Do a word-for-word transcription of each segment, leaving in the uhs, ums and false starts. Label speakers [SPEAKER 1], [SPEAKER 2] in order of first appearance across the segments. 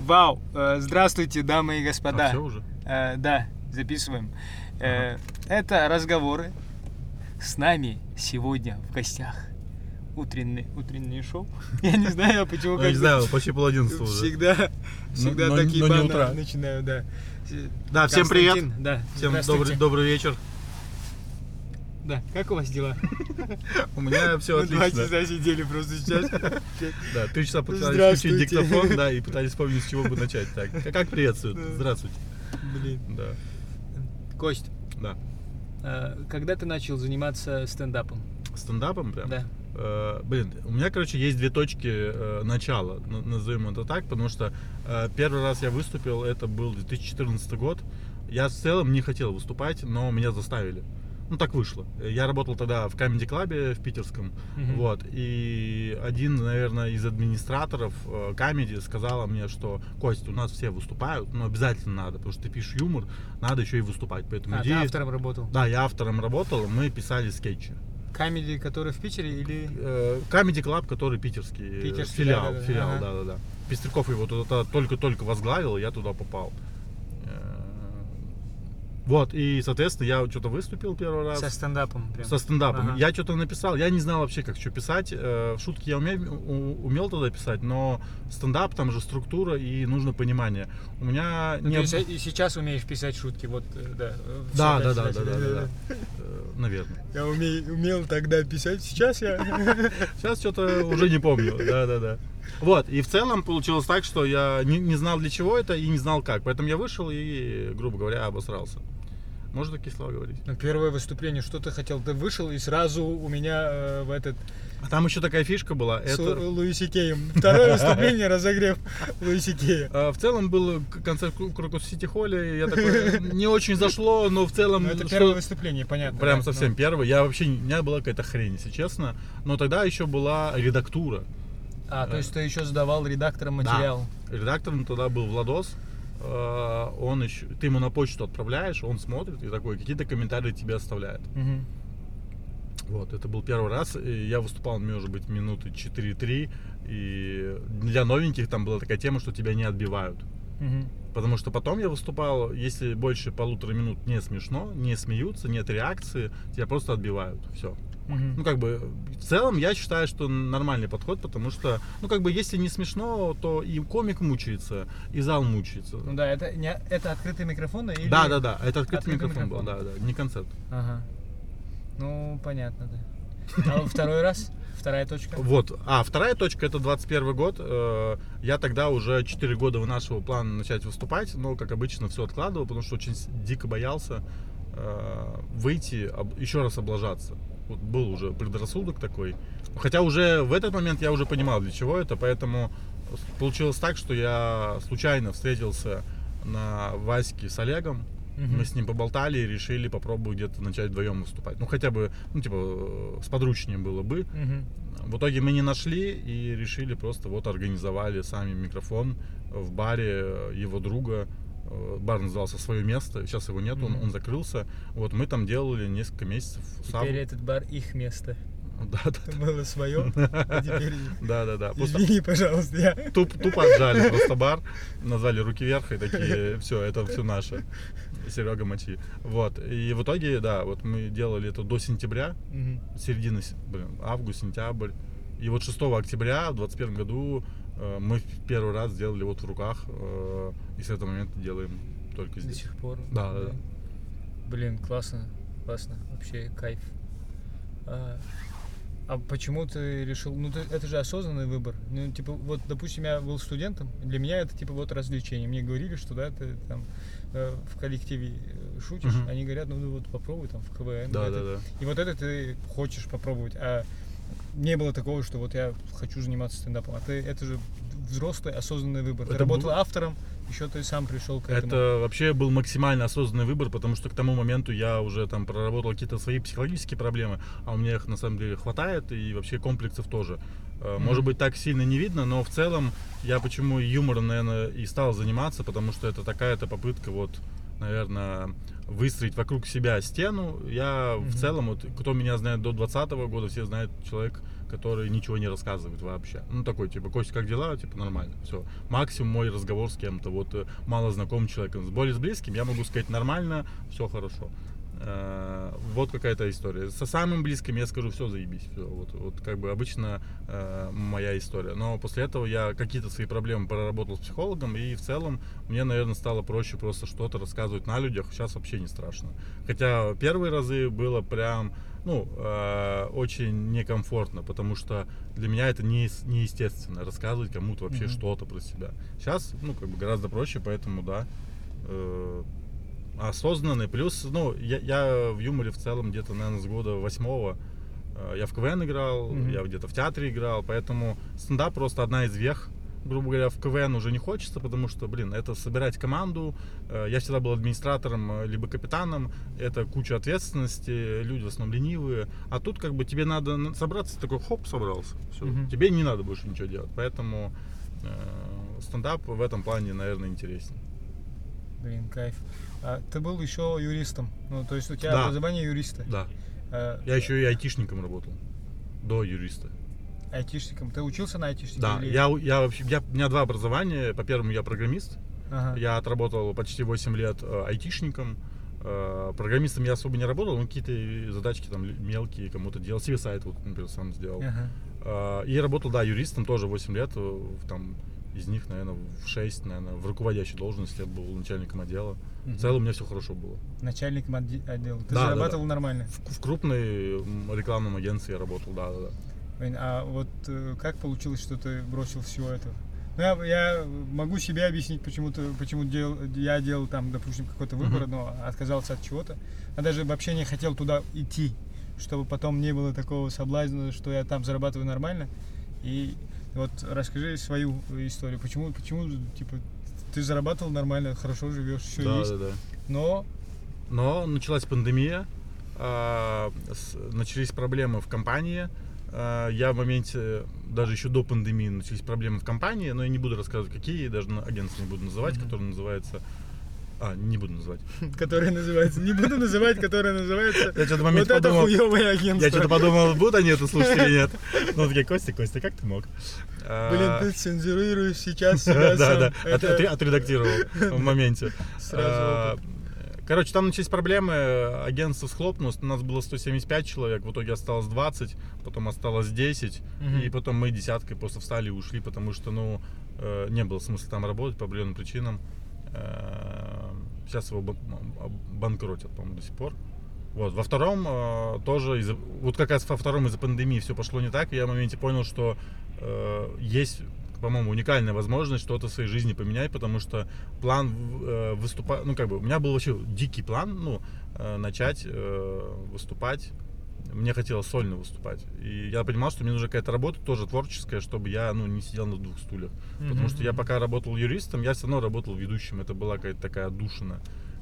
[SPEAKER 1] Вау! Здравствуйте, дамы и господа.
[SPEAKER 2] А все уже?
[SPEAKER 1] Э, да, записываем. Э, это разговоры. С нами сегодня в гостях утреннее, утреннее шоу. Я не знаю, почему.
[SPEAKER 2] Я не знаю, почти пол одиннадцатого уже.
[SPEAKER 1] Всегда, всегда
[SPEAKER 2] но,
[SPEAKER 1] такие
[SPEAKER 2] но не
[SPEAKER 1] баны
[SPEAKER 2] утра.
[SPEAKER 1] начинаю, да.
[SPEAKER 2] Да, всем привет.
[SPEAKER 1] Да,
[SPEAKER 2] всем добрый, добрый вечер.
[SPEAKER 1] Да, как у вас дела?
[SPEAKER 2] У меня все
[SPEAKER 1] Мы
[SPEAKER 2] отлично.
[SPEAKER 1] два часа сидели просто сейчас.
[SPEAKER 2] Да, три часа пытались включить диктофон, да, и пытались вспомнить, с чего бы начать. Так, как приветствуют? Здравствуйте.
[SPEAKER 1] Блин.
[SPEAKER 2] Да.
[SPEAKER 1] Кость.
[SPEAKER 2] Да.
[SPEAKER 1] Когда ты начал заниматься стендапом?
[SPEAKER 2] Стендапом прям?
[SPEAKER 1] Да.
[SPEAKER 2] Uh, блин, у меня, короче, есть две точки uh, начала, назовем это так, потому что uh, первый раз я выступил, это был две тысячи четырнадцатый год. Я в целом не хотел выступать, но меня заставили. Ну, так вышло. Я работал тогда в Comedy Club в питерском, mm-hmm. вот, и один, наверное, из администраторов uh, Comedy сказала мне, что: Кость, у нас все выступают, но обязательно надо, потому что ты пишешь юмор, надо еще и выступать. Поэтому
[SPEAKER 1] а,
[SPEAKER 2] иди...
[SPEAKER 1] ты автором работал?
[SPEAKER 2] Да, я автором работал, мы писали скетчи.
[SPEAKER 1] Comedy, который в Питере или...
[SPEAKER 2] Comedy Club, который питерский, питерский филиал, да, да, филиал, ага. да, да, да. Пестряков его туда только-только возглавил, и я туда попал. Вот, и, соответственно, я что-то выступил первый раз.
[SPEAKER 1] Со стендапом прям.
[SPEAKER 2] Со стендапом.
[SPEAKER 1] Ага.
[SPEAKER 2] Я что-то написал, я не знал вообще, как что писать. Шутки я умел, умел тогда писать, но стендап, там же структура и нужно понимание. У меня
[SPEAKER 1] ну,
[SPEAKER 2] не...
[SPEAKER 1] Ты и сейчас умеешь писать шутки, вот, да.
[SPEAKER 2] Да, да, да, да, да, да, да. Наверное.
[SPEAKER 1] Я умею, умел тогда писать, сейчас я...
[SPEAKER 2] Сейчас что-то уже не помню, да, да, да. Вот, и в целом получилось так, что я не, не знал, для чего это, и не знал как. Поэтому я вышел и, грубо говоря, обосрался. Можно такие слова говорить?
[SPEAKER 1] Ну, первое выступление, что ты хотел? Ты вышел, и сразу у меня э, в этот...
[SPEAKER 2] А там еще такая фишка была.
[SPEAKER 1] С
[SPEAKER 2] это...
[SPEAKER 1] Луиси Кеем. Второе выступление, разогрев Луиси Кея.
[SPEAKER 2] А, в целом был концерт в Крокус Сити Холле. Я такой, не очень зашло, но в целом...
[SPEAKER 1] Ну, это первое выступление, понятно.
[SPEAKER 2] Прям
[SPEAKER 1] да?
[SPEAKER 2] совсем
[SPEAKER 1] ну.
[SPEAKER 2] первое. Я вообще... У меня была какая-то хрень, если честно. Но тогда еще была редактура.
[SPEAKER 1] А, то есть ты еще сдавал редакторам материал?
[SPEAKER 2] Да. Редактором тогда был Владос. Он еще, ты ему на почту отправляешь, он смотрит и такой, какие-то комментарии тебе оставляет. Угу. Вот, это был первый раз. И я выступал, может быть, минуты четыре-три. И для новеньких там была такая тема, что тебя не отбивают. Угу. Потому что потом я выступал, если больше полутора минут не смешно, не смеются, нет реакции, тебя просто отбивают. Все. Uh-huh. Ну, как бы, в целом, я считаю, что нормальный подход, потому что, ну, как бы, если не смешно, то и комик мучается, и зал мучается.
[SPEAKER 1] Ну да, это, не, это открытый микрофон или...
[SPEAKER 2] Да, да, да, это открытый, открытый микрофон, микрофон был, да, да, не концерт.
[SPEAKER 1] Ага. Ну, понятно, да. А второй раз? Вторая точка?
[SPEAKER 2] Вот, а, вторая точка, это двадцать первый год. Я тогда уже четыре года вынашивал план начать выступать, но, как обычно, все откладывал, потому что очень дико боялся выйти, еще раз облажаться. Вот был уже предрассудок такой. Хотя уже в этот момент я уже понимал, для чего это, поэтому получилось так, что я случайно встретился на Ваське с Олегом. Uh-huh. Мы с ним поболтали и решили попробовать где-то начать вдвоем выступать. Ну, хотя бы, ну, типа, сподручнее было бы. Uh-huh. В итоге мы не нашли и решили просто вот организовали сами микрофон в баре его друга. Бар назывался «Свое место», сейчас его нет, mm-hmm. он, он закрылся. Вот мы там делали несколько месяцев.
[SPEAKER 1] Теперь
[SPEAKER 2] сам...
[SPEAKER 1] этот бар их место.
[SPEAKER 2] Да, да.
[SPEAKER 1] Это было свое, а теперь...
[SPEAKER 2] Да, да, да.
[SPEAKER 1] Извини, пожалуйста, я...
[SPEAKER 2] Туп, тупо отжали просто бар, назвали «Руки вверх» и такие, все, это все наше. Серега, мочи. Вот. И в итоге, да, вот мы делали это до сентября, mm-hmm. середины, блин, август, сентябрь. И вот шестого октября в двадцать первом году мы первый раз сделали вот в руках, и с этого момента делаем только здесь.
[SPEAKER 1] До сих пор?
[SPEAKER 2] Да, да, да.
[SPEAKER 1] Блин, классно, классно, вообще кайф. А, а почему ты решил, ну ты, это же осознанный выбор. Ну, типа, вот, допустим, я был студентом, для меня это, типа, вот развлечение. Мне говорили, что, да, ты там в коллективе шутишь, uh-huh. они говорят, ну, ну вот попробуй там в КВН.
[SPEAKER 2] Да,
[SPEAKER 1] это,
[SPEAKER 2] да, да.
[SPEAKER 1] И вот это ты хочешь попробовать, а не было такого, что вот я хочу заниматься стендапом, а ты, это же взрослый осознанный выбор. Ты это работал был... автором, еще ты сам пришел к этому.
[SPEAKER 2] Это вообще был максимально осознанный выбор, потому что к тому моменту я уже там проработал какие-то свои психологические проблемы, а у меня их на самом деле хватает, и вообще комплексов тоже. Mm-hmm. Может быть, так сильно не видно, но в целом я почему юмором, наверное, и стал заниматься, потому что это такая-то попытка вот, наверное, выстроить вокруг себя стену. Я mm-hmm. в целом, вот, кто меня знает до двадцатого года, все знают, человек который ничего не рассказывает вообще. Ну, такой, типа, Костя, как дела? Типа, нормально, все. Максимум мой разговор с кем-то, вот, э, мало знакомым человеком. С более с близким я могу сказать нормально, все хорошо. Э, вот какая-то история. Со самым близким я скажу, все, заебись. Все. Вот, вот как бы обычно э, моя история. Но после этого я какие-то свои проблемы проработал с психологом, и в целом мне, наверное, стало проще просто что-то рассказывать на людях. Сейчас вообще не страшно. Хотя первые разы было прям, ну, э, очень некомфортно, потому что для меня это не, неестественно рассказывать кому-то вообще mm-hmm. что-то про себя. Сейчас, ну, как бы гораздо проще, поэтому, да, э, осознанный. Плюс, ну, я, я в юморе в целом где-то, наверное, с года восьмого э, я в КВН играл, mm-hmm. я где-то в театре играл, поэтому стендап просто одна из вех. Грубо говоря, в КВН уже не хочется, потому что, блин, это собирать команду. Э, я всегда был администратором, либо капитаном. Это куча ответственности, люди в основном ленивые. А тут как бы тебе надо собраться, такой хоп, собрался. Все. Mm-hmm. Тебе не надо больше ничего делать. Поэтому э, стендап в этом плане, наверное, интереснее.
[SPEAKER 1] Блин, кайф. А ты был еще юристом, ну то есть у тебя
[SPEAKER 2] да.
[SPEAKER 1] образование юриста.
[SPEAKER 2] Да.
[SPEAKER 1] А,
[SPEAKER 2] я еще и айтишником работал до юриста.
[SPEAKER 1] Айтишником? Ты учился на айтишнике?
[SPEAKER 2] Да.
[SPEAKER 1] Или...
[SPEAKER 2] Я, я вообще, я, у меня два образования. По первому я программист.
[SPEAKER 1] Ага.
[SPEAKER 2] Я отработал почти восемь лет э, айтишником. Э, программистом я особо не работал, но какие-то задачки там мелкие кому-то делал. Себе сайт вот, например, сам сделал.
[SPEAKER 1] Ага.
[SPEAKER 2] Э, и работал, да, юристом тоже восемь лет. Там из них, наверное, в шесть, наверное, в руководящей должности я был начальником отдела. Угу. В целом у меня все хорошо было.
[SPEAKER 1] Начальником отдела. Ты
[SPEAKER 2] да,
[SPEAKER 1] зарабатывал
[SPEAKER 2] да, да.
[SPEAKER 1] нормально?
[SPEAKER 2] В, в крупной рекламном агентстве я работал, да, да, да.
[SPEAKER 1] А вот как получилось, что ты бросил всего этого? Ну, я, я могу себе объяснить, почему, ты, почему дел, я делал там, допустим, какой-то выбор, uh-huh. но отказался от чего-то. Я даже вообще не хотел туда идти, чтобы потом не было такого соблазна, что я там зарабатываю нормально. И вот расскажи свою историю. Почему, почему типа, ты зарабатывал нормально, хорошо живешь, все
[SPEAKER 2] да,
[SPEAKER 1] есть,
[SPEAKER 2] да, да.
[SPEAKER 1] но...
[SPEAKER 2] Но началась пандемия, э, с, начались проблемы в компании. Э, я в моменте, даже еще до пандемии, начались проблемы в компании, но я не буду рассказывать, какие, даже агентство не буду называть, mm-hmm. которое называется... А, не буду называть.
[SPEAKER 1] Которое называется... Не буду называть, которое называется...
[SPEAKER 2] Я что-то в моменте
[SPEAKER 1] вот
[SPEAKER 2] подумал...
[SPEAKER 1] это хуёвое агентство.
[SPEAKER 2] Я что-то подумал, будут они это слушать или нет. Ну, такие, Костя, Костя, как ты мог?
[SPEAKER 1] Блин, ты цензурируешь сейчас себя
[SPEAKER 2] Да,
[SPEAKER 1] сам.
[SPEAKER 2] да, отредактировал в моменте.
[SPEAKER 1] Сразу.
[SPEAKER 2] Короче, там начались проблемы, агентство схлопнулось, у нас было сто семьдесят пять человек, в итоге осталось двадцать, потом осталось десять, и потом мы десяткой просто встали и ушли, потому что, ну, не было смысла там работать по определенным причинам. Сейчас его банкротят, по-моему, до сих пор. Вот. Во втором э, тоже, из-за, вот как раз во втором из-за пандемии все пошло не так, и я в моменте понял, что э, есть, по-моему, уникальная возможность что-то в своей жизни поменять, потому что план э, выступать, ну как бы, у меня был вообще дикий план, ну, э, начать э, выступать. Мне хотелось сольно выступать. И я понимал, что мне нужна какая-то работа тоже творческая, чтобы я, ну, не сидел на двух стульях. Mm-hmm. Потому что я пока работал юристом, я все равно работал ведущим. Это была какая-то такая отдушина.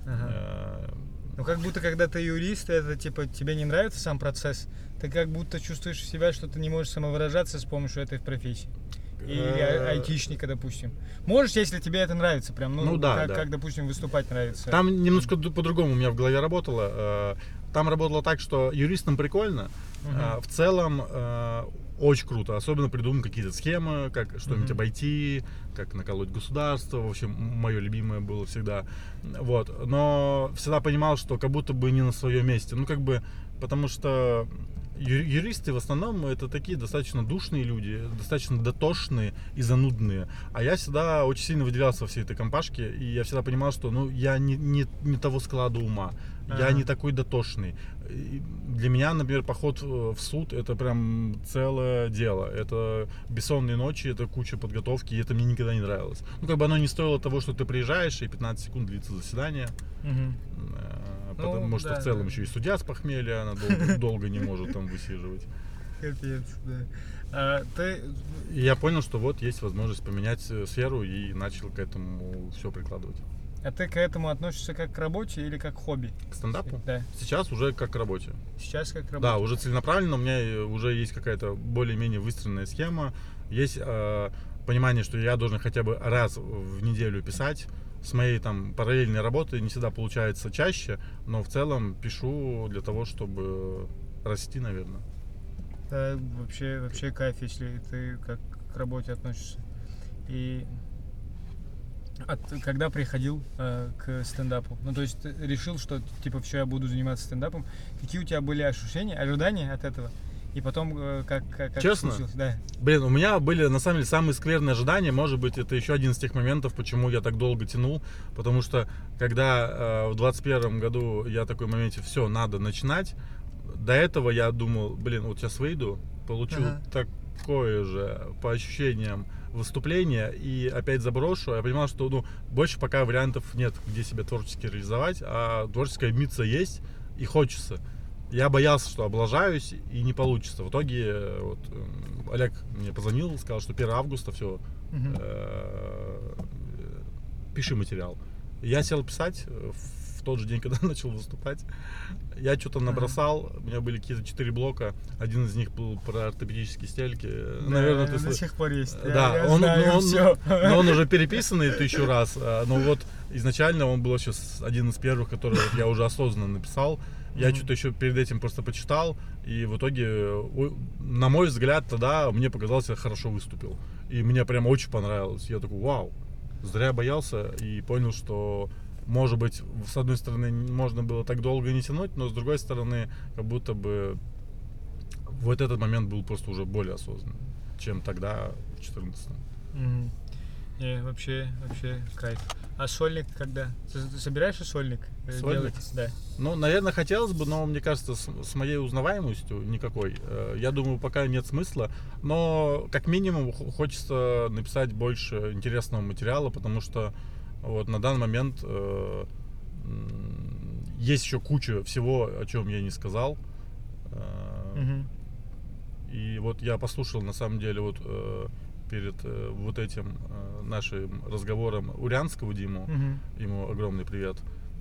[SPEAKER 1] Ага. Ну, как будто, когда ты юрист, это, типа, тебе не нравится сам процесс, ты как будто чувствуешь себя, что ты не можешь самовыражаться с помощью этой профессии. Или айтишника, допустим. Можешь, если тебе это нравится, прям, ну,
[SPEAKER 2] ну да,
[SPEAKER 1] как,
[SPEAKER 2] да.
[SPEAKER 1] как, допустим, выступать нравится.
[SPEAKER 2] Там немножко по-другому у меня в голове работало. Там работало так, что юристам прикольно, uh-huh. в целом очень круто, особенно придумать какие-то схемы, как что-нибудь uh-huh. обойти, как наколоть государство, в общем, мое любимое было всегда. Вот. Но всегда понимал, что как будто бы не на своем месте. Ну, как бы, потому что юристы в основном это такие достаточно душные люди, достаточно дотошные и занудные. А я всегда очень сильно выделялся во всей этой компашке, и я всегда понимал, что ну, я не, не, не того склада ума, А-а-а. я не такой дотошный. И для меня, например, поход в суд это прям целое дело. Это бессонные ночи, это куча подготовки, и это мне никогда не нравилось. Ну, как бы оно не стоило того, что ты приезжаешь, и пятнадцать секунд длится заседание.
[SPEAKER 1] Угу.
[SPEAKER 2] Потому ну, что да, в целом да. еще и судья с похмелья, она долго, долго не может там высиживать.
[SPEAKER 1] Капец, да. А, ты...
[SPEAKER 2] И я понял, что вот есть возможность поменять сферу, и начал к этому все прикладывать.
[SPEAKER 1] А ты к этому относишься как к работе или как к хобби?
[SPEAKER 2] К стендапу?
[SPEAKER 1] Да.
[SPEAKER 2] Сейчас уже как к работе.
[SPEAKER 1] Сейчас как к работе?
[SPEAKER 2] Да, уже целенаправленно, у меня уже есть какая-то более-менее выстроенная схема, есть э, понимание, что я должен хотя бы раз в неделю писать. С моей там параллельной работы не всегда получается чаще, но в целом пишу для того, чтобы расти, наверное.
[SPEAKER 1] Да, вообще, вообще кайф, если ты как к работе относишься. И от, когда приходил э, к стендапу, ну то есть ты решил, что типа все, я буду заниматься стендапом, какие у тебя были ощущения, ожидания от этого? И потом э, как, как, как
[SPEAKER 2] Честно?
[SPEAKER 1] случилось? Да.
[SPEAKER 2] Блин, у меня были, на самом деле, самые скверные ожидания. Может быть, это еще один из тех моментов, почему я так долго тянул. Потому что, когда э, в двадцать первом году я такой в моменте, все, надо начинать. До этого я думал, блин, вот сейчас выйду, получу
[SPEAKER 1] Ага.
[SPEAKER 2] такое же, по ощущениям, выступление и опять заброшу. Я понимал, что ну, больше пока вариантов нет, где себя творчески реализовать, а творческая амбиция есть и хочется. Я боялся, что облажаюсь и не получится. В итоге вот, Олег мне позвонил, сказал, что первого августа все,
[SPEAKER 1] Мгм.
[SPEAKER 2] э, пиши материал. Я сел писать в тот же день, когда начал выступать. Я что-то набросал, у меня были какие-то четыре блока. Один из них был про ортопедические стельки.
[SPEAKER 1] Да,
[SPEAKER 2] Наверное, ты
[SPEAKER 1] до
[SPEAKER 2] слы-
[SPEAKER 1] сих пор есть. Я-
[SPEAKER 2] Да,
[SPEAKER 1] я
[SPEAKER 2] он,
[SPEAKER 1] знаю
[SPEAKER 2] но он-
[SPEAKER 1] всё.
[SPEAKER 2] но он уже переписанный тысячу раз. а, Но вот изначально он был еще с- один из первых, который вот я уже осознанно написал. Я
[SPEAKER 1] Мгм.
[SPEAKER 2] что-то еще перед этим просто почитал, и в итоге, о- на мой взгляд, тогда мне показалось, я хорошо выступил. И мне прям очень понравилось. Я такой, вау, зря боялся, и понял, что, может быть, с одной стороны, можно было так долго не тянуть, но с другой стороны, как будто бы вот этот момент был просто уже более осознанный, чем тогда, в четырнадцатом.
[SPEAKER 1] Мгм. Не, вообще, вообще кайф. А сольник когда? Ты, ты собираешься сольник э,
[SPEAKER 2] Сольник?
[SPEAKER 1] делать? Да.
[SPEAKER 2] Ну, наверное, хотелось бы, но мне кажется, с, с моей узнаваемостью никакой. Э, Я думаю, пока нет смысла. Но как минимум х- хочется написать больше интересного материала, потому что вот на данный момент э, м, есть еще куча всего, о чем я не сказал. Э,
[SPEAKER 1] Мгм.
[SPEAKER 2] И вот я послушал, на самом деле, вот э, перед э, вот этим э, нашим разговором Урянского Диму,
[SPEAKER 1] Мгм.
[SPEAKER 2] ему огромный привет.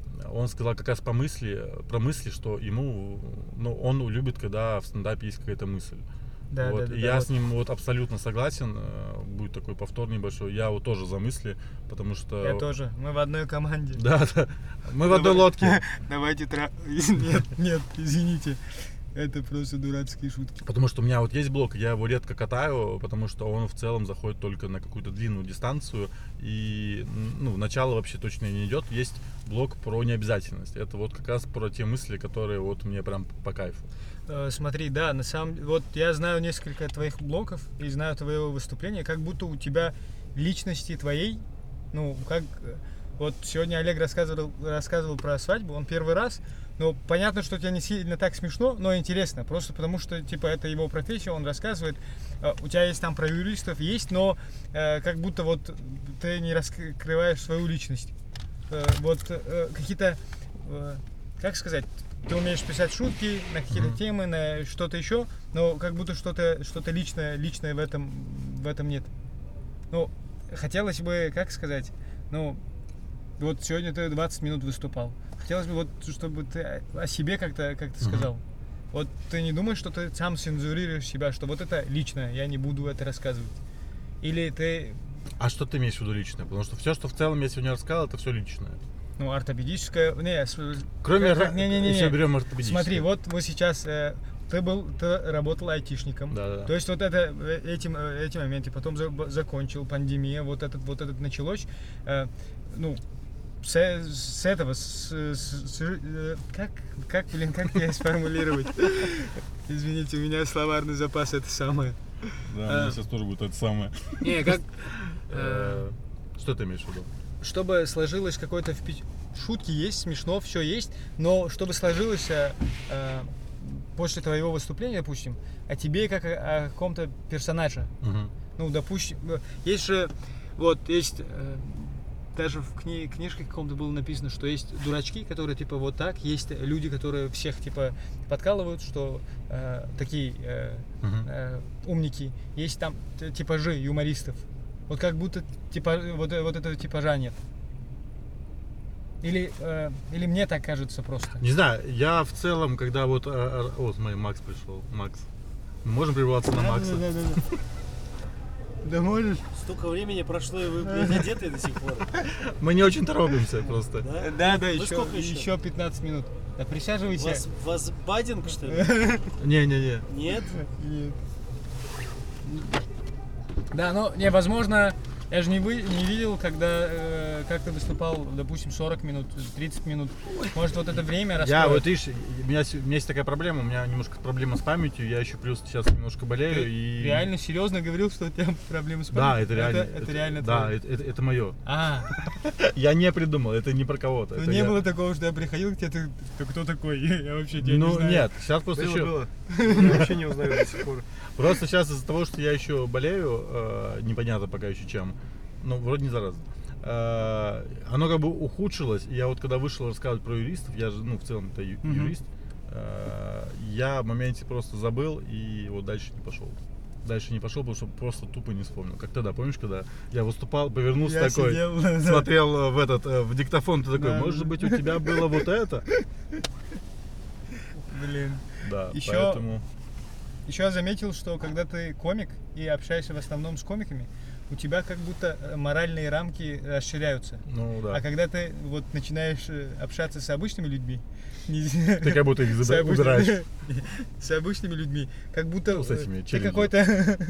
[SPEAKER 2] Он сказал как раз по мысли, про мысли, что ему, ну, он любит, когда в стендапе есть какая-то мысль.
[SPEAKER 1] Да,
[SPEAKER 2] Вот,
[SPEAKER 1] да, да,
[SPEAKER 2] и
[SPEAKER 1] да,
[SPEAKER 2] я
[SPEAKER 1] вот.
[SPEAKER 2] с ним вот абсолютно согласен. э, Будет такой повтор небольшой. Я вот тоже за мысли, потому что...
[SPEAKER 1] Я тоже. Мы в одной команде.
[SPEAKER 2] Да, да. Мы в одной
[SPEAKER 1] Давай.
[SPEAKER 2] лодке.
[SPEAKER 1] Давайте тра... Нет, нет, извините. Это просто дурацкие шутки.
[SPEAKER 2] Потому что у меня вот есть блок, я его редко катаю, потому что он в целом заходит только на какую-то длинную дистанцию, и ну, начало вообще точно не идет. Есть блок про необязательность. Это вот как раз про те мысли, которые вот мне прям по кайфу.
[SPEAKER 1] Э, Смотри, да, на самом деле, вот я знаю несколько твоих блоков и знаю твоего выступления, как будто у тебя личности твоей, ну, как, э, вот сегодня Олег рассказывал, рассказывал про свадьбу, он первый раз, ну, понятно, что тебе не сильно так смешно, но интересно, просто потому что, типа, это его профессия, он рассказывает, Э, у тебя есть там про юристов, есть, но э, как будто вот ты не раскрываешь свою личность. Э, вот э, какие-то, э, как сказать, ты умеешь писать шутки на какие-то
[SPEAKER 2] Мгм.
[SPEAKER 1] темы, на что-то еще, но как будто что-то что-то личное, личное в этом, в этом нет. Ну, хотелось бы, как сказать, ну, вот сегодня ты двадцать минут выступал. Хотелось бы, вот, чтобы ты о о себе как-то, как ты
[SPEAKER 2] Мгм.
[SPEAKER 1] сказал. Вот ты не думаешь, что ты сам цензурируешь себя, что вот это личное, я не буду это рассказывать. Или ты,
[SPEAKER 2] А что ты имеешь в виду личное? Потому что все, что в целом я сегодня рассказал, это все личное.
[SPEAKER 1] ну, ортопедическое, не, с-
[SPEAKER 2] Кроме,
[SPEAKER 1] как-
[SPEAKER 2] ра-
[SPEAKER 1] не, не, не,
[SPEAKER 2] если
[SPEAKER 1] не.
[SPEAKER 2] берем ортопедическое.
[SPEAKER 1] Смотри, вот мы сейчас, э, ты был, ты работал айтишником.
[SPEAKER 2] Да-да-да.
[SPEAKER 1] То есть вот это, э, этим, э, эти моменты, потом за- б- закончил, пандемия, вот этот, вот этот началось. Э, ну, с, с этого, с, с- с- э, как, как, блин, как мне сформулировать? Извините, у меня словарный запас это самое.
[SPEAKER 2] Да,
[SPEAKER 1] А.
[SPEAKER 2] у меня сейчас тоже будет это самое.
[SPEAKER 1] Не, как,
[SPEAKER 2] Э, Что ты имеешь в виду?
[SPEAKER 1] чтобы сложилось какое-то впечатление. Шутки есть, смешно, все есть, но чтобы сложилось э, э, после твоего выступления, допустим, о тебе как о, о каком-то персонаже.
[SPEAKER 2] Мгм.
[SPEAKER 1] Ну, допустим, э, есть же, вот, есть, э, даже в кни- книжке каком-то было написано, что есть дурачки, которые, типа, вот так, есть люди, которые всех, типа, подкалывают, что э, такие э,
[SPEAKER 2] Мгм.
[SPEAKER 1] э, умники, есть там т- типажи юмористов. Вот как будто, типа, вот, э- вот этого типажа нет. Или, э, или мне так кажется просто.
[SPEAKER 2] Не знаю, я в целом, когда вот... э, э, О, смотри, Макс пришел. Макс. Мы можем прерваться на Макса?
[SPEAKER 1] Да-да-да-да-да. Да можешь?
[SPEAKER 3] Столько времени прошло, и вы, блядь, одетые до сих пор.
[SPEAKER 2] Мы не очень торопимся просто.
[SPEAKER 3] Да?
[SPEAKER 1] Да, да,
[SPEAKER 3] Вы
[SPEAKER 1] еще,
[SPEAKER 3] сколько еще?
[SPEAKER 1] еще пятнадцать минут. Да присаживайся.
[SPEAKER 3] Вас, вас бадинг, что ли?
[SPEAKER 2] Не-не-не.
[SPEAKER 3] Нет?
[SPEAKER 1] Нет. Да, ну, не, возможно, я же не, вы, не видел, когда э, как ты выступал, допустим, сорок минут, тридцать минут. Может, вот это время раскроет.
[SPEAKER 2] Я вот, видишь, у меня, с- у меня есть такая проблема, у меня немножко проблема с памятью, я еще плюс сейчас немножко болею
[SPEAKER 1] Ты
[SPEAKER 2] и...
[SPEAKER 1] реально серьезно говорил, что у тебя проблемы с
[SPEAKER 2] Да,
[SPEAKER 1] памятью?
[SPEAKER 2] это реально.
[SPEAKER 1] Это, это реально
[SPEAKER 2] Да,
[SPEAKER 1] твое?
[SPEAKER 2] это, это, это мое.
[SPEAKER 1] А,
[SPEAKER 2] Я не придумал, это не про кого-то.
[SPEAKER 1] ну
[SPEAKER 2] это
[SPEAKER 1] не
[SPEAKER 2] я-
[SPEAKER 1] было такого, что я приходил к тебе, ты, ты кто такой? Я вообще тебя не
[SPEAKER 2] Ну
[SPEAKER 1] знаю.
[SPEAKER 2] нет, сейчас просто
[SPEAKER 4] Было,
[SPEAKER 2] еще...
[SPEAKER 4] было. Я вообще не узнаю до сих пор.
[SPEAKER 2] Просто сейчас из-за того, что я еще болею, э, непонятно пока еще чем, ну, вроде не заразно, э, оно как бы ухудшилось. И я вот когда вышел рассказывать про юристов, я же, ну, в целом-то ю-
[SPEAKER 1] Мгм.
[SPEAKER 2] юрист, э, я в моменте просто забыл и вот дальше не пошел. Дальше не пошел, потому что просто тупо не вспомнил. Как тогда, помнишь, когда я выступал, повернулся
[SPEAKER 1] Я
[SPEAKER 2] такой,
[SPEAKER 1] сидел, да.
[SPEAKER 2] смотрел э, в этот, э, в диктофон, ты такой,
[SPEAKER 1] Да.
[SPEAKER 2] может быть, у тебя было вот это?
[SPEAKER 1] Блин.
[SPEAKER 2] Да,
[SPEAKER 1] Еще-
[SPEAKER 2] поэтому...
[SPEAKER 1] Еще я заметил, что когда ты комик и общаешься в основном с комиками, у тебя как будто э, моральные рамки расширяются.
[SPEAKER 2] Ну да.
[SPEAKER 1] А когда ты вот начинаешь э, общаться с обычными людьми, не-
[SPEAKER 2] Ты как будто их
[SPEAKER 1] с
[SPEAKER 2] заба-
[SPEAKER 1] обычными-
[SPEAKER 2] убираешь.
[SPEAKER 1] с обычными людьми, как будто
[SPEAKER 2] Ну, с этими
[SPEAKER 1] э, ты
[SPEAKER 2] челленджами.
[SPEAKER 1] какой-то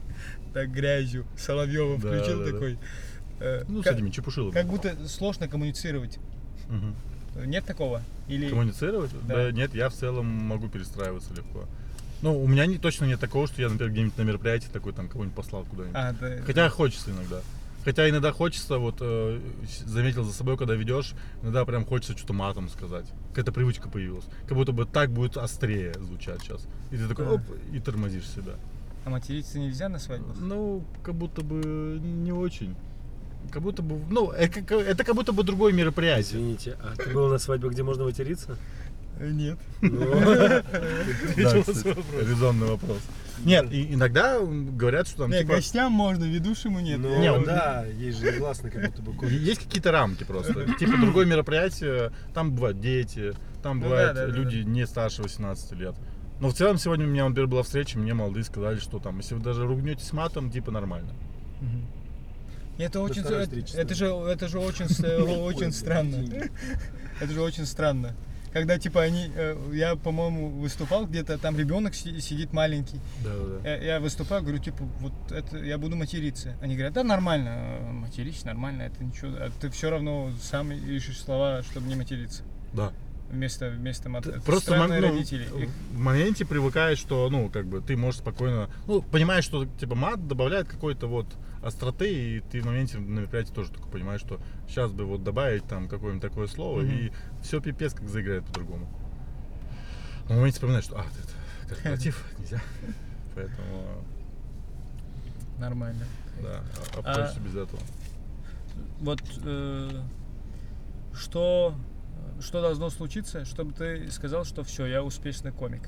[SPEAKER 1] так грязью Соловьева
[SPEAKER 2] Да,
[SPEAKER 1] включил
[SPEAKER 2] да, да.
[SPEAKER 1] такой. э,
[SPEAKER 2] Ну, с
[SPEAKER 1] как,
[SPEAKER 2] этими чепушилами.
[SPEAKER 1] как будто сложно коммуницировать.
[SPEAKER 2] Мгм.
[SPEAKER 1] Нет такого? Или
[SPEAKER 2] Коммуницировать?
[SPEAKER 1] Да.
[SPEAKER 2] Да. Нет, я в целом могу перестраиваться легко. Ну, у меня не, точно нет такого, что я, например, где-нибудь на мероприятии такой там кого-нибудь послал куда-нибудь.
[SPEAKER 1] а, да,
[SPEAKER 2] Хотя хочется иногда. Хотя иногда хочется, вот э, с- заметил за собой, когда ведешь, иногда прям хочется что-то матом сказать. Какая-то привычка появилась. Как будто бы так будет острее звучать сейчас. И ты такой,
[SPEAKER 1] А.
[SPEAKER 2] оп, и тормозишь себя.
[SPEAKER 1] а материться нельзя на свадьбах?
[SPEAKER 2] Ну, как будто бы не очень. Как будто бы, ну, это, как- это как будто бы другое мероприятие.
[SPEAKER 4] Извините, а ты был на свадьбе, где можно материться?
[SPEAKER 1] Э, Нет.
[SPEAKER 4] Ну,
[SPEAKER 2] Да,
[SPEAKER 4] ответил на
[SPEAKER 2] кстати,
[SPEAKER 4] свой вопрос.
[SPEAKER 2] резонный вопрос. Нет, и иногда говорят, что там
[SPEAKER 1] Не,
[SPEAKER 2] типа,
[SPEAKER 1] гостям можно, ведущему нет.
[SPEAKER 4] Ну,
[SPEAKER 2] Не, он-
[SPEAKER 4] да, есть же негласный как будто бы код.
[SPEAKER 2] есть какие-то рамки просто. Типа другое мероприятие, там бывают дети, там
[SPEAKER 1] Ну
[SPEAKER 2] бывают
[SPEAKER 1] да, да, да,
[SPEAKER 2] люди не старше восемнадцати лет. Но в целом сегодня у меня, например, была встреча, мне молодые сказали, что там, если вы даже ругнетесь матом, типа нормально.
[SPEAKER 1] Мгм. Это очень,
[SPEAKER 4] второй
[SPEAKER 1] это,
[SPEAKER 4] встречи,
[SPEAKER 1] это же, это же очень, с- э, очень странно. Это же очень странно. Когда типа они, э, я, по-моему, выступал где-то, там ребенок си- сидит маленький.
[SPEAKER 2] Да, да.
[SPEAKER 1] Я, я выступаю, говорю, типа, вот это я буду материться. Они говорят, да нормально, э, матерись, нормально, это ничего. А ты все равно сам ищешь слова, чтобы не материться.
[SPEAKER 2] Да.
[SPEAKER 1] Вместо, вместо мат... это
[SPEAKER 2] Просто
[SPEAKER 1] странные
[SPEAKER 2] ну,
[SPEAKER 1] родители. Их-
[SPEAKER 2] в моменте привыкаешь, что, ну, как бы ты можешь спокойно, ну, понимаешь, что типа мат добавляет какой-то вот остроты, и ты в моменте на мероприятии тоже только понимаешь, что сейчас бы вот добавить там какое-нибудь такое слово,
[SPEAKER 1] Мгм.
[SPEAKER 2] и все пипец как заиграет по-другому. Но в моменте вспоминаешь, что, а, это корпоратив, нельзя. Поэтому,
[SPEAKER 1] Нормально.
[SPEAKER 2] да,
[SPEAKER 1] А-
[SPEAKER 2] обходишься без этого.
[SPEAKER 1] Вот э, что, что должно случиться, чтобы ты сказал, что все, я успешный комик?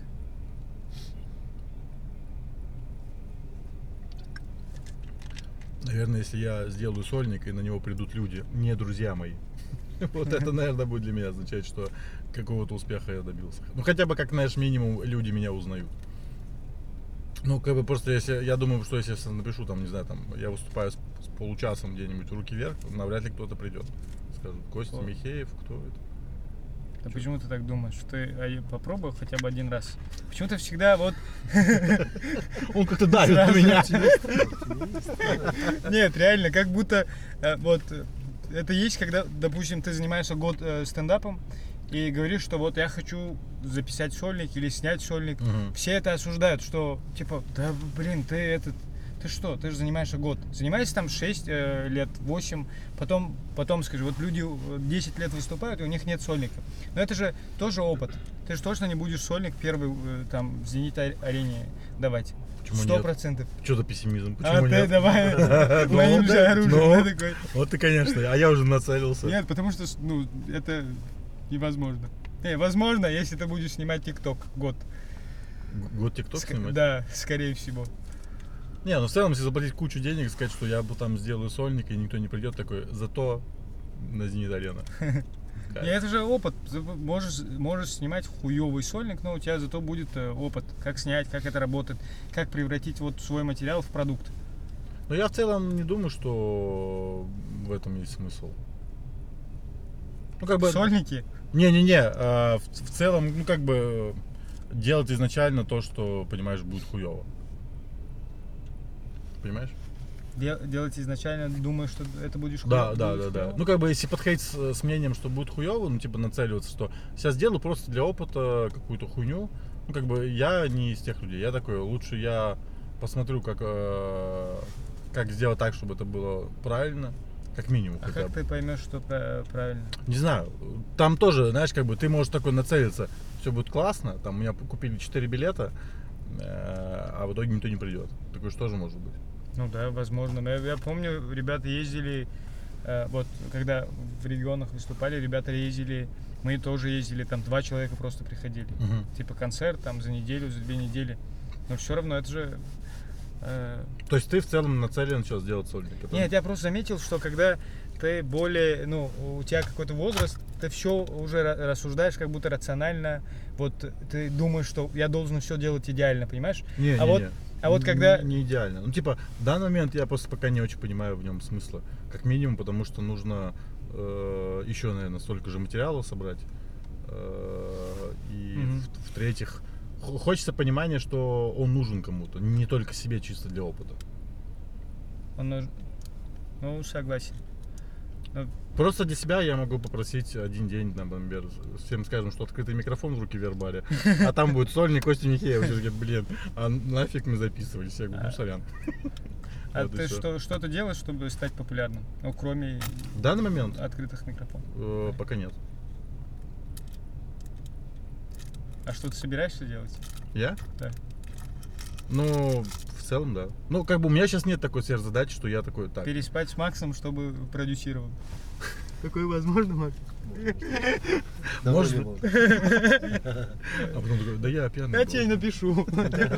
[SPEAKER 2] Наверное, если я сделаю сольник, и на него придут люди, не друзья мои, вот это, наверное, будет для меня означать, что какого-то успеха я добился. Ну, хотя бы, как, знаешь, минимум люди меня узнают. Ну, как бы просто, если, я думаю, что если я напишу, там, не знаю, там, я выступаю с, с получасом где-нибудь, руки вверх, навряд ли кто-то придет. Скажут, Костя
[SPEAKER 1] О.
[SPEAKER 2] Михеев, кто это?
[SPEAKER 1] А почему ты так думаешь? Ты а, попробуй хотя бы один раз. Почему ты всегда вот...
[SPEAKER 2] Он как-то давит на меня.
[SPEAKER 1] Нет, реально, как будто э, вот э, это есть, когда, допустим, ты занимаешься год э, стендапом и говоришь, что вот я хочу записать сольник или снять сольник.
[SPEAKER 2] Мгм.
[SPEAKER 1] Все это осуждают, что типа, да блин, ты этот, ты что, ты же занимаешься год. Занимаешься там шесть э, лет, восемь, потом, потом скажи, вот люди э, десять лет выступают, и у них нет сольника. Но это же тоже опыт. Ты же точно не будешь сольник первый э, там в Зенит-арене давать.
[SPEAKER 2] Почему
[SPEAKER 1] Сто
[SPEAKER 2] нет?
[SPEAKER 1] процентов.
[SPEAKER 2] Что за пессимизм?
[SPEAKER 1] А
[SPEAKER 2] Почему
[SPEAKER 1] ты
[SPEAKER 2] нет?
[SPEAKER 1] давай
[SPEAKER 2] Ну,
[SPEAKER 1] моим же
[SPEAKER 2] да,
[SPEAKER 1] оружием,
[SPEAKER 2] ну.
[SPEAKER 1] да, такой.
[SPEAKER 2] Вот ты, конечно, а я уже нацелился.
[SPEAKER 1] Нет, потому что, ну, это невозможно. Не, возможно, если ты будешь снимать ТикТок год.
[SPEAKER 2] Г- Год ТикТок
[SPEAKER 1] Ск-
[SPEAKER 2] снимать?
[SPEAKER 1] Да, скорее всего.
[SPEAKER 2] Не, ну в целом, если заплатить кучу денег, сказать, что я бы там сделаю сольник, и никто не придет, такой, зато на Зенит Арена.
[SPEAKER 1] И это же опыт. Ты Можешь, можешь снимать хуёвый сольник, но у тебя зато будет э, опыт. Как снять, как это работает, как превратить вот свой материал в продукт.
[SPEAKER 2] Но я в целом не думаю, что в этом есть смысл. Ну, как бы...
[SPEAKER 1] Сольники?
[SPEAKER 2] Не-не-не, а, в, в целом, ну, как бы, делать изначально то, что, понимаешь, будет хуёво. Понимаешь?
[SPEAKER 1] Дел- делать изначально, думаю, что это будешь
[SPEAKER 2] Да,
[SPEAKER 1] хуё-
[SPEAKER 2] да,
[SPEAKER 1] будешь
[SPEAKER 2] да, да.
[SPEAKER 1] хуёво?
[SPEAKER 2] Ну, как бы, если подходить с, с мнением, что будет хуёво, ну, типа, нацеливаться, что сейчас делаю просто для опыта какую-то хуйню. Ну, как бы, я не из тех людей. Я такой, лучше я посмотрю, как, э, как сделать так, чтобы это было правильно, как минимум
[SPEAKER 1] А
[SPEAKER 2] хотя
[SPEAKER 1] как
[SPEAKER 2] бы.
[SPEAKER 1] ты поймешь, что пра- правильно?
[SPEAKER 2] Не знаю, там тоже, знаешь, как бы, ты можешь такой нацелиться, все будет классно, там, у меня купили четыре билета, э, а в итоге никто не придет. Такое же тоже может быть.
[SPEAKER 1] Ну да, возможно. Но Я, я помню, ребята ездили, э, вот когда в регионах выступали, ребята ездили, мы тоже ездили, там два человека просто приходили.
[SPEAKER 2] Мгм.
[SPEAKER 1] Типа концерт там за неделю, за две недели. Но все равно это же... э,
[SPEAKER 2] То есть ты в целом нацелен сейчас сделать сольник? Это-
[SPEAKER 1] Нет, я просто заметил, что когда ты более, ну, у тебя какой-то возраст, ты все уже ра- рассуждаешь как будто рационально. Вот ты думаешь, что я должен все делать идеально, понимаешь?
[SPEAKER 2] Не,
[SPEAKER 1] а
[SPEAKER 2] не,
[SPEAKER 1] вот,
[SPEAKER 2] не.
[SPEAKER 1] а вот
[SPEAKER 2] Не-
[SPEAKER 1] когда...
[SPEAKER 2] Не, идеально. Ну, типа, в данный момент я просто пока не очень понимаю в нем смысла. Как минимум, потому что нужно э, еще, наверное, столько же материала собрать. Э, и
[SPEAKER 1] Мгм.
[SPEAKER 2] в- в-третьих, х- хочется понимания, что он нужен кому-то, не только себе чисто для опыта.
[SPEAKER 1] Он нуж- Ну, согласен. Ну,
[SPEAKER 2] Просто для себя я могу попросить один день, например, всем скажем, что открытый микрофон в руки вербали, а там будет сольник Костя Михеев. Все говорят, блин, а нафиг мы записывались? Я говорю, ну сорян.
[SPEAKER 1] а
[SPEAKER 2] Вот и
[SPEAKER 1] ты
[SPEAKER 2] всё.
[SPEAKER 1] что, что ты делаешь, чтобы стать популярным? Ну, кроме
[SPEAKER 2] В данный момент
[SPEAKER 1] открытых микрофонов.
[SPEAKER 2] э, пока нет.
[SPEAKER 1] А что ты собираешься делать?
[SPEAKER 2] Я?
[SPEAKER 1] Да.
[SPEAKER 2] Ну, в целом, да. Ну, как бы у меня сейчас нет такой сверхзадачи, что я такой, так.
[SPEAKER 1] Переспать с Максом, чтобы продюсировал. Такое возможно, Макс?
[SPEAKER 4] Давно
[SPEAKER 2] Может
[SPEAKER 4] не
[SPEAKER 2] быть.
[SPEAKER 4] было.
[SPEAKER 2] А потом такой, да я пьяный
[SPEAKER 1] Я
[SPEAKER 2] был».
[SPEAKER 1] тебе напишу.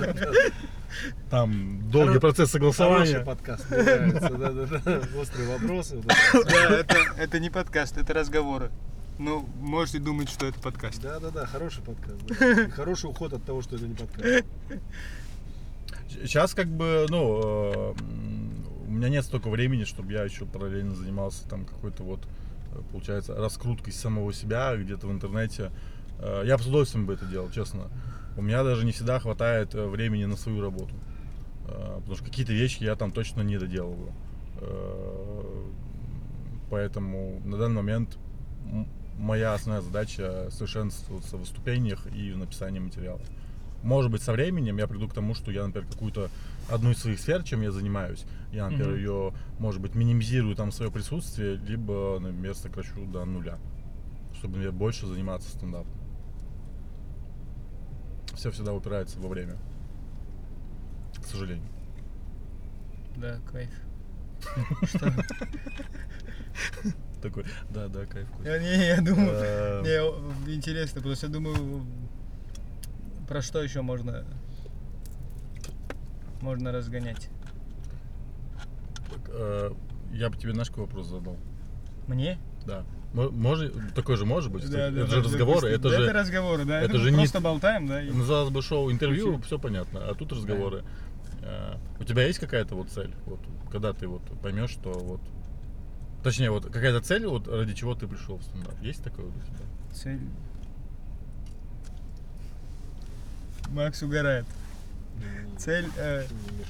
[SPEAKER 2] Там долгий
[SPEAKER 4] Хоро-
[SPEAKER 2] процесс
[SPEAKER 4] Хороший
[SPEAKER 2] согласования.
[SPEAKER 4] подкаст, мне нравится, да-да-да. Острые вопросы. вот это.
[SPEAKER 1] Да, это, это не подкаст, это разговоры. Ну, можете думать, что это подкаст.
[SPEAKER 4] Да-да-да, хороший подкаст. да. И хороший уход от того, что это не подкаст.
[SPEAKER 2] Сейчас как бы, ну, э, м, у меня нет столько времени, чтобы я еще параллельно занимался там какой-то вот, э, получается, раскруткой самого себя где-то в интернете. Э, Я бы с удовольствием бы это делал, честно. У меня даже не всегда хватает э, времени на свою работу. Э, Потому что какие-то вещи я там точно не доделываю. Э, Поэтому на данный момент м- моя основная задача совершенствоваться в выступлениях и в написании материала. Может быть, со временем я приду к тому, что я, например, какую-то одну из своих сфер, чем я занимаюсь, я, например,
[SPEAKER 1] Мгм.
[SPEAKER 2] ее, может быть, минимизирую там свое присутствие, либо, например, сокращу до нуля, чтобы, например, больше заниматься стендапом. Все всегда упирается во время, к сожалению.
[SPEAKER 1] Да, кайф. Что?
[SPEAKER 2] Такой, да, да, кайф. Кость.
[SPEAKER 1] Я, не, я думаю,
[SPEAKER 2] Э,
[SPEAKER 1] не, о, интересно, просто я думаю, про что еще можно, можно разгонять.
[SPEAKER 2] э, Я бы тебе, знаешь, какой вопрос задал?
[SPEAKER 1] Мне?
[SPEAKER 2] Да. Мо- Может, такой же может быть?
[SPEAKER 1] Да,
[SPEAKER 2] это
[SPEAKER 1] да,
[SPEAKER 2] же
[SPEAKER 1] да,
[SPEAKER 2] разговоры,
[SPEAKER 1] допустим.
[SPEAKER 2] это
[SPEAKER 1] Да,
[SPEAKER 2] же...
[SPEAKER 1] это разговоры, да.
[SPEAKER 2] это
[SPEAKER 1] Это
[SPEAKER 2] же
[SPEAKER 1] мы
[SPEAKER 2] не-
[SPEAKER 1] просто болтаем, да. и-
[SPEAKER 2] Называлось бы шоу интервью,
[SPEAKER 1] Включи.
[SPEAKER 2] все понятно, а тут разговоры. Э, У тебя есть какая-то вот цель? Вот, когда ты вот поймешь, что вот... Точнее, вот какая-то цель, вот ради чего ты пришел в стендап? Есть такое вот у тебя?
[SPEAKER 1] Цель. Макс угорает. Цель, э,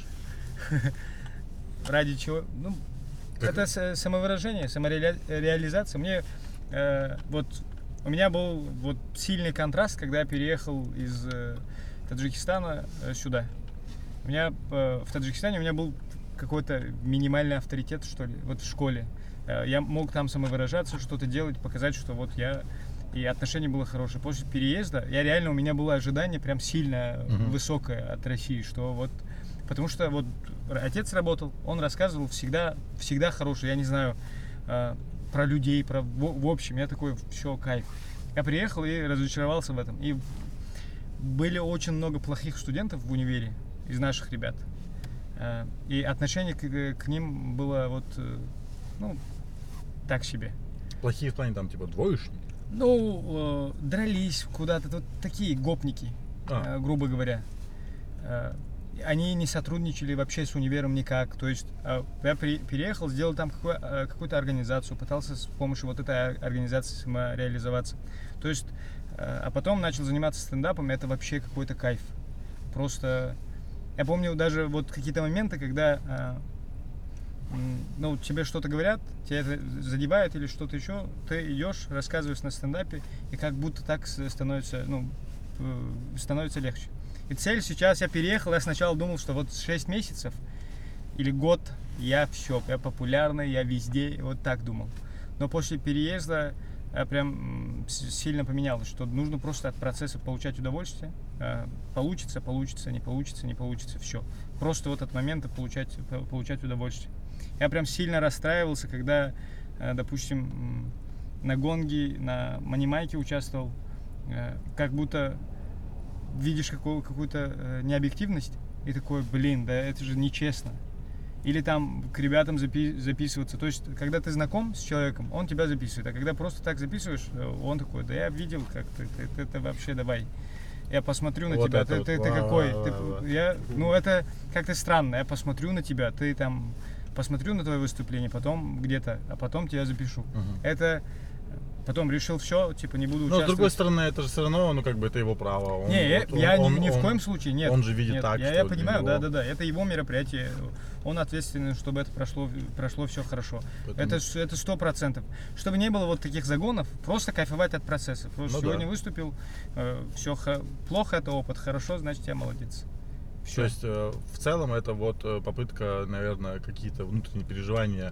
[SPEAKER 1] ради чего? Ну,
[SPEAKER 2] Как-
[SPEAKER 1] это с- самовыражение, самореализация. Мне э, вот у меня был вот сильный контраст, когда я переехал из э, Таджикистана э, сюда. У меня э, в Таджикистане у меня был какой-то минимальный авторитет, что ли, вот в школе. Э, я мог там самовыражаться, что-то делать, показать, что вот я... И отношение было хорошее. После переезда я реально, у меня было ожидание прям сильно
[SPEAKER 2] Мгм.
[SPEAKER 1] высокое от России, что вот... Потому что вот отец работал, он рассказывал всегда, всегда хороший, я не знаю, э, про людей, про... В, в общем, я такой, все, кайф. Я приехал и разочаровался в этом. И были очень много плохих студентов в универе из наших ребят. Э, И отношение к, к ним было вот, э, ну, так себе.
[SPEAKER 2] Плохие в плане там типа двоечники?
[SPEAKER 1] Ну, э, дрались куда-то, вот такие гопники,
[SPEAKER 2] А.
[SPEAKER 1] э, грубо говоря. Э, они не сотрудничали вообще с универом никак. То есть э, я при, переехал, сделал там какой, э, какую-то организацию, пытался с помощью вот этой организации самореализоваться. То есть, э, а потом начал заниматься стендапом, это вообще какой-то кайф. Просто я помню даже вот какие-то моменты, когда э, ну, тебе что-то говорят, тебя это задевает или что-то еще, ты идешь, рассказываешь на стендапе, и как будто так становится, ну, становится легче. И цель сейчас, я переехал, я сначала думал, что вот шесть месяцев или год я все, я популярный, я везде, вот так думал. Но после переезда я прям сильно поменялось, что нужно просто от процесса получать удовольствие. Получится, получится, не получится, не получится, все. Просто вот от момента получать, получать удовольствие. Я прям сильно расстраивался, когда, допустим, на гонге, на манимайке участвовал, как будто видишь какую- какую-то необъективность и такой, блин, да это же нечестно. Или там к ребятам запи- записываться. То есть, когда ты знаком с человеком, он тебя записывает. А когда просто так записываешь, он такой, да я видел, как ты, ты, ты, ты вообще давай. Я посмотрю на
[SPEAKER 2] Вот
[SPEAKER 1] тебя,
[SPEAKER 2] это
[SPEAKER 1] ты,
[SPEAKER 2] вот.
[SPEAKER 1] ты, ты
[SPEAKER 2] Ва,
[SPEAKER 1] какой?
[SPEAKER 2] ва,
[SPEAKER 1] Ты-
[SPEAKER 2] ва.
[SPEAKER 1] я, ну это как-то странно. Я посмотрю на тебя, ты там посмотрю на твое выступление, потом где-то, а потом тебя запишу.
[SPEAKER 2] Мгм.
[SPEAKER 1] Это потом решил все, типа не буду
[SPEAKER 2] Но с
[SPEAKER 1] участвовать.
[SPEAKER 2] другой стороны, это же все равно, ну как бы это его право. Он-
[SPEAKER 1] Не, я,
[SPEAKER 2] вот он-
[SPEAKER 1] я ни-
[SPEAKER 2] он-
[SPEAKER 1] ни в
[SPEAKER 2] он-
[SPEAKER 1] коем случае нет.
[SPEAKER 2] он же видит
[SPEAKER 1] нет,
[SPEAKER 2] так,
[SPEAKER 1] я,
[SPEAKER 2] что
[SPEAKER 1] я
[SPEAKER 2] для
[SPEAKER 1] понимаю,
[SPEAKER 2] него-
[SPEAKER 1] да, да, да. Это его мероприятие. Он ответственен, чтобы это прошло, прошло все хорошо.
[SPEAKER 2] Поэтому-
[SPEAKER 1] Это с- это сто процентов. Чтобы не было вот таких загонов, просто кайфовать от процесса. Просто
[SPEAKER 2] Ну
[SPEAKER 1] сегодня
[SPEAKER 2] да.
[SPEAKER 1] выступил, все плохо, это опыт, хорошо, значит я молодец.
[SPEAKER 2] То
[SPEAKER 1] Всё.
[SPEAKER 2] есть э, в целом это вот э, попытка, наверное, какие-то внутренние переживания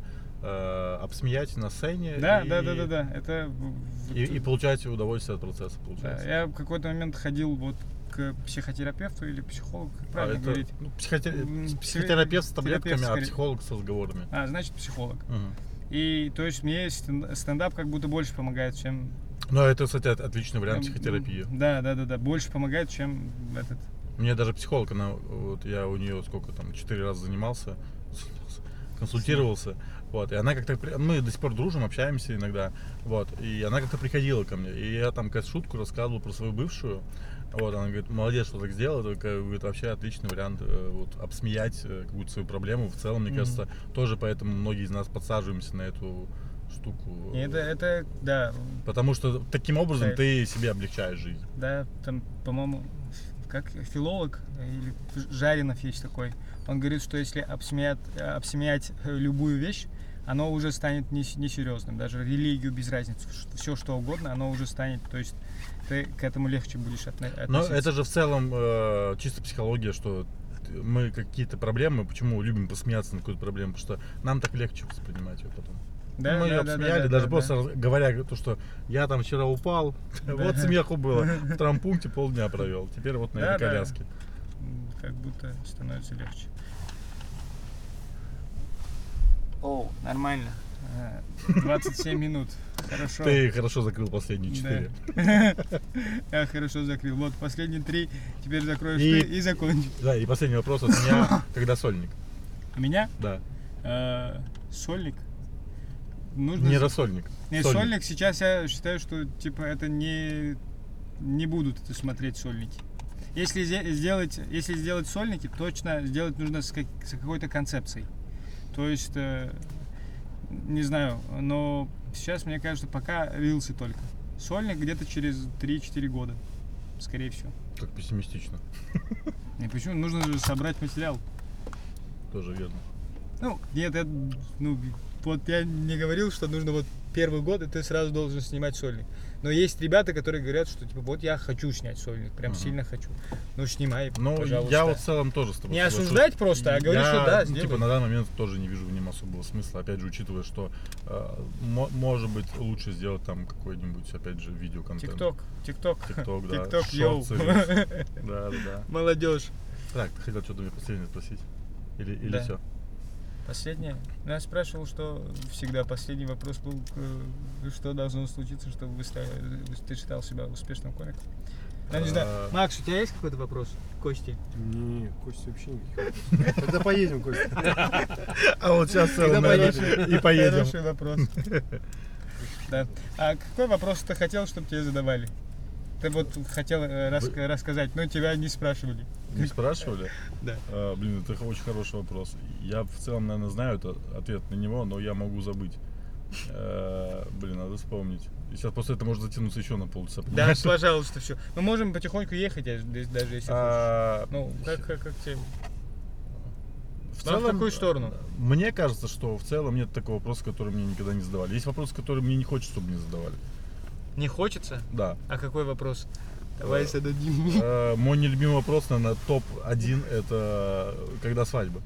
[SPEAKER 2] э, обсмеять на сцене.
[SPEAKER 1] Да,
[SPEAKER 2] и,
[SPEAKER 1] да, да, да, да. Это в-
[SPEAKER 2] И, и получать удовольствие от процесса,
[SPEAKER 1] да,
[SPEAKER 2] получается.
[SPEAKER 1] я в какой-то момент ходил вот к психотерапевту или психологу, как
[SPEAKER 2] А,
[SPEAKER 1] правильно
[SPEAKER 2] это,
[SPEAKER 1] говорить.
[SPEAKER 2] ну, психоте-
[SPEAKER 1] М, пси-
[SPEAKER 2] психотерапевт с
[SPEAKER 1] терапевт,
[SPEAKER 2] таблетками, а
[SPEAKER 1] скорее.
[SPEAKER 2] психолог с разговорами.
[SPEAKER 1] А, значит психолог.
[SPEAKER 2] Мгм.
[SPEAKER 1] И то есть мне стен- стендап как будто больше помогает, чем
[SPEAKER 2] Ну, это, кстати, от- отличный вариант
[SPEAKER 1] Эм,
[SPEAKER 2] психотерапии.
[SPEAKER 1] Да, да, да, да. Больше помогает, чем этот.
[SPEAKER 2] Мне даже психолог, она, вот я у нее сколько там, четыре раза занимался, занимался, консультировался, вот, и она как-то, при- мы до сих пор дружим, общаемся иногда, вот, и она как-то приходила ко мне, и я там какую-то шутку рассказывал про свою бывшую, вот, она говорит, молодец, что так сделала, только, говорит, вообще отличный вариант, э, вот, обсмеять э, какую-то свою проблему, в целом, мне
[SPEAKER 1] Мгм.
[SPEAKER 2] кажется, тоже поэтому многие из нас подсаживаемся на эту штуку,
[SPEAKER 1] И это, это, да,
[SPEAKER 2] потому что таким образом
[SPEAKER 1] Кайф.
[SPEAKER 2] ты себе облегчаешь жизнь.
[SPEAKER 1] да, там, по-моему, как филолог или Жаринов есть такой. Он говорит, что если обсмеять, обсмеять любую вещь, оно уже станет не- несерьезным. Даже религию без разницы, все что угодно, оно уже станет, то есть ты к этому легче будешь отно- относиться.
[SPEAKER 2] Но это же в целом э, чисто психология, что т- мы какие-то проблемы, почему любим посмеяться на какую-то проблему, потому что нам так легче воспринимать ее потом.
[SPEAKER 1] Да,
[SPEAKER 2] мы
[SPEAKER 1] да,
[SPEAKER 2] ее
[SPEAKER 1] да,
[SPEAKER 2] обсмеяли,
[SPEAKER 1] да,
[SPEAKER 2] даже
[SPEAKER 1] да,
[SPEAKER 2] просто
[SPEAKER 1] да.
[SPEAKER 2] раз- говоря то, что я там вчера упал, вот смеху было, в травмпункте полдня провел, теперь вот на
[SPEAKER 1] Да,
[SPEAKER 2] этой
[SPEAKER 1] да.
[SPEAKER 2] коляске.
[SPEAKER 1] М, Как будто становится легче.
[SPEAKER 3] О,
[SPEAKER 1] Нормально. Э, двадцать семь минут. Хорошо.
[SPEAKER 2] Ты хорошо закрыл последние
[SPEAKER 1] Да.
[SPEAKER 2] четыре.
[SPEAKER 1] Я хорошо закрыл. Вот последние три, теперь закроешь
[SPEAKER 2] И-
[SPEAKER 1] ты и закончишь.
[SPEAKER 2] Да, и последний вопрос от меня, когда сольник?
[SPEAKER 1] У меня
[SPEAKER 2] Да,
[SPEAKER 1] э, сольник. Нужно
[SPEAKER 2] не
[SPEAKER 1] за-
[SPEAKER 2] рассольник.
[SPEAKER 1] Не, сольник. Сейчас я считаю, что типа это не не будут это смотреть сольники. Если зе- сделать, если сделать сольники, точно сделать нужно с, как- с какой-то концепцией. То есть, э, не знаю, но сейчас мне кажется, пока рилсы только. Сольник где-то через три-четыре года, скорее всего.
[SPEAKER 2] Как пессимистично,
[SPEAKER 1] И почему? Нужно же собрать материал.
[SPEAKER 2] тоже верно.
[SPEAKER 1] Ну, нет, это, ну, вот я не говорил, что нужно вот первый год, и ты сразу должен снимать сольник. Но есть ребята, которые говорят, что типа вот я хочу снять сольник, прям
[SPEAKER 2] Мгм.
[SPEAKER 1] сильно хочу. Ну, снимай,
[SPEAKER 2] Ну,
[SPEAKER 1] пожалуйста.
[SPEAKER 2] я вот в целом тоже с тобой
[SPEAKER 1] Не
[SPEAKER 2] соглашусь.
[SPEAKER 1] осуждать просто, а говорить,
[SPEAKER 2] Я,
[SPEAKER 1] что да,
[SPEAKER 2] ну,
[SPEAKER 1] сделай.
[SPEAKER 2] типа, на данный момент тоже не вижу в нем особого смысла. Опять же, учитывая, что э, мо- может быть лучше сделать там какой-нибудь, опять же, видеоконтент.
[SPEAKER 1] Тикток, тикток.
[SPEAKER 2] Тикток, да.
[SPEAKER 1] Тикток, йоу.
[SPEAKER 2] Шортсы, рилсы. Да, да, да.
[SPEAKER 1] Молодежь.
[SPEAKER 2] Так, ты хотел что-то мне последнее спросить? Или, или
[SPEAKER 1] Да.
[SPEAKER 2] все?
[SPEAKER 1] Последнее. Ну, я спрашивал, что всегда последний вопрос был, э, что должно случиться, чтобы вы стали, ты считал себя успешным комиком. Я не знаю.
[SPEAKER 2] А.
[SPEAKER 1] Макс, у тебя есть какой-то вопрос? Кости?
[SPEAKER 4] Не, Костя вообще никаких. Когда поедем, Костя?
[SPEAKER 2] А вот сейчас
[SPEAKER 4] Когда поедем?
[SPEAKER 2] и поедем.
[SPEAKER 1] Хороший вопрос. Да. А какой вопрос ты хотел, чтобы тебе задавали? ты вот хотел э, рас-
[SPEAKER 2] Вы-
[SPEAKER 1] рассказать, но тебя не спрашивали.
[SPEAKER 2] Не спрашивали?
[SPEAKER 1] Да.
[SPEAKER 2] А, блин, это очень хороший вопрос. Я в целом, наверное, знаю это, ответ на него, но я могу забыть. А, блин, надо вспомнить. И сейчас после этого может затянуться еще на полчаса.
[SPEAKER 1] Да,
[SPEAKER 2] понимаешь?
[SPEAKER 1] пожалуйста, все. Мы можем потихоньку ехать, если- даже если хочешь.
[SPEAKER 2] А,
[SPEAKER 1] Ну, как, как, как тебе?
[SPEAKER 2] в
[SPEAKER 1] Ну, а в какую сторону?
[SPEAKER 2] Мне кажется, что в целом нет такого вопроса, который мне никогда не задавали. Есть вопросы, которые мне не хочется, чтобы мне задавали.
[SPEAKER 1] Не хочется?
[SPEAKER 2] Да.
[SPEAKER 1] А какой вопрос? Давай зададим.
[SPEAKER 2] Э, Мой нелюбимый вопрос, наверное, топ один это когда свадьба.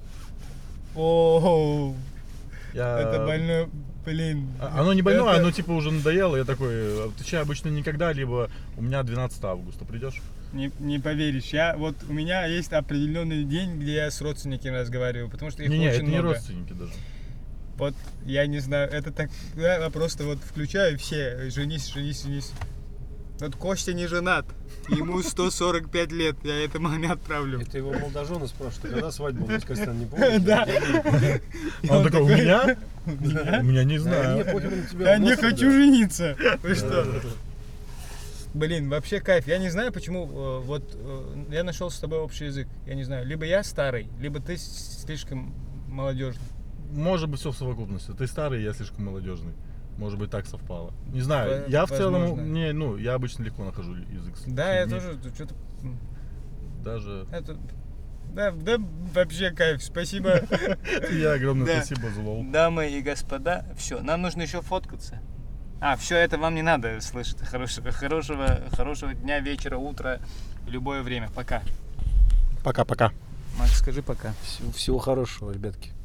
[SPEAKER 1] О,
[SPEAKER 2] Я...
[SPEAKER 1] это больное, блин.
[SPEAKER 2] А- Оно не больное,
[SPEAKER 1] Это-
[SPEAKER 2] оно типа уже надоело. Я такой, отвечаю обычно никогда, либо у меня двенадцатого августа. Придешь?
[SPEAKER 1] Не, не поверишь, я вот у меня есть определенный день, где я с родственниками разговариваю, потому что их
[SPEAKER 2] Не-не,
[SPEAKER 1] очень
[SPEAKER 2] это не
[SPEAKER 1] много.
[SPEAKER 2] родственники даже.
[SPEAKER 1] Вот я не знаю, это так, я просто вот включаю все, женись, женись, женись. Вот Костя не женат, ему сто сорок пять лет, я это маме отправлю.
[SPEAKER 4] Это его молодожены спрашивают, когда свадьба у нас, Костян, не помнишь?
[SPEAKER 1] Да.
[SPEAKER 2] Он,
[SPEAKER 1] Он
[SPEAKER 2] такой, у
[SPEAKER 1] такой,
[SPEAKER 2] меня? У меня не
[SPEAKER 4] Да,
[SPEAKER 2] знаю.
[SPEAKER 4] не, похер на тебя.
[SPEAKER 1] Я не
[SPEAKER 4] Господи.
[SPEAKER 1] хочу жениться. Вы
[SPEAKER 4] Да,
[SPEAKER 1] что?
[SPEAKER 4] да, да.
[SPEAKER 1] Блин, вообще кайф. Я не знаю, почему э, вот э, я нашел с тобой общий язык. Я не знаю, либо я старый, либо ты с- слишком молодежный.
[SPEAKER 2] Может быть, все в совокупности. Ты старый, я слишком молодежный. Может быть, так совпало. Не знаю.
[SPEAKER 1] Во-
[SPEAKER 2] Я в целом,
[SPEAKER 1] возможно.
[SPEAKER 2] не, ну, я обычно легко нахожу язык. с
[SPEAKER 1] Да, я
[SPEAKER 2] людьми.
[SPEAKER 1] тоже что-то.
[SPEAKER 2] Даже.
[SPEAKER 1] Это, да, да, вообще кайф. Спасибо.
[SPEAKER 2] Я огромное
[SPEAKER 1] Да.
[SPEAKER 2] спасибо, Злоу.
[SPEAKER 1] Дамы и господа, все, нам нужно еще фоткаться. А, все это вам не надо слышать. Хорошего, хорошего, хорошего дня, вечера, утра, любое время. Пока.
[SPEAKER 2] Пока-пока.
[SPEAKER 1] Макс, скажи пока.
[SPEAKER 4] Всего- Всего хорошего, ребятки.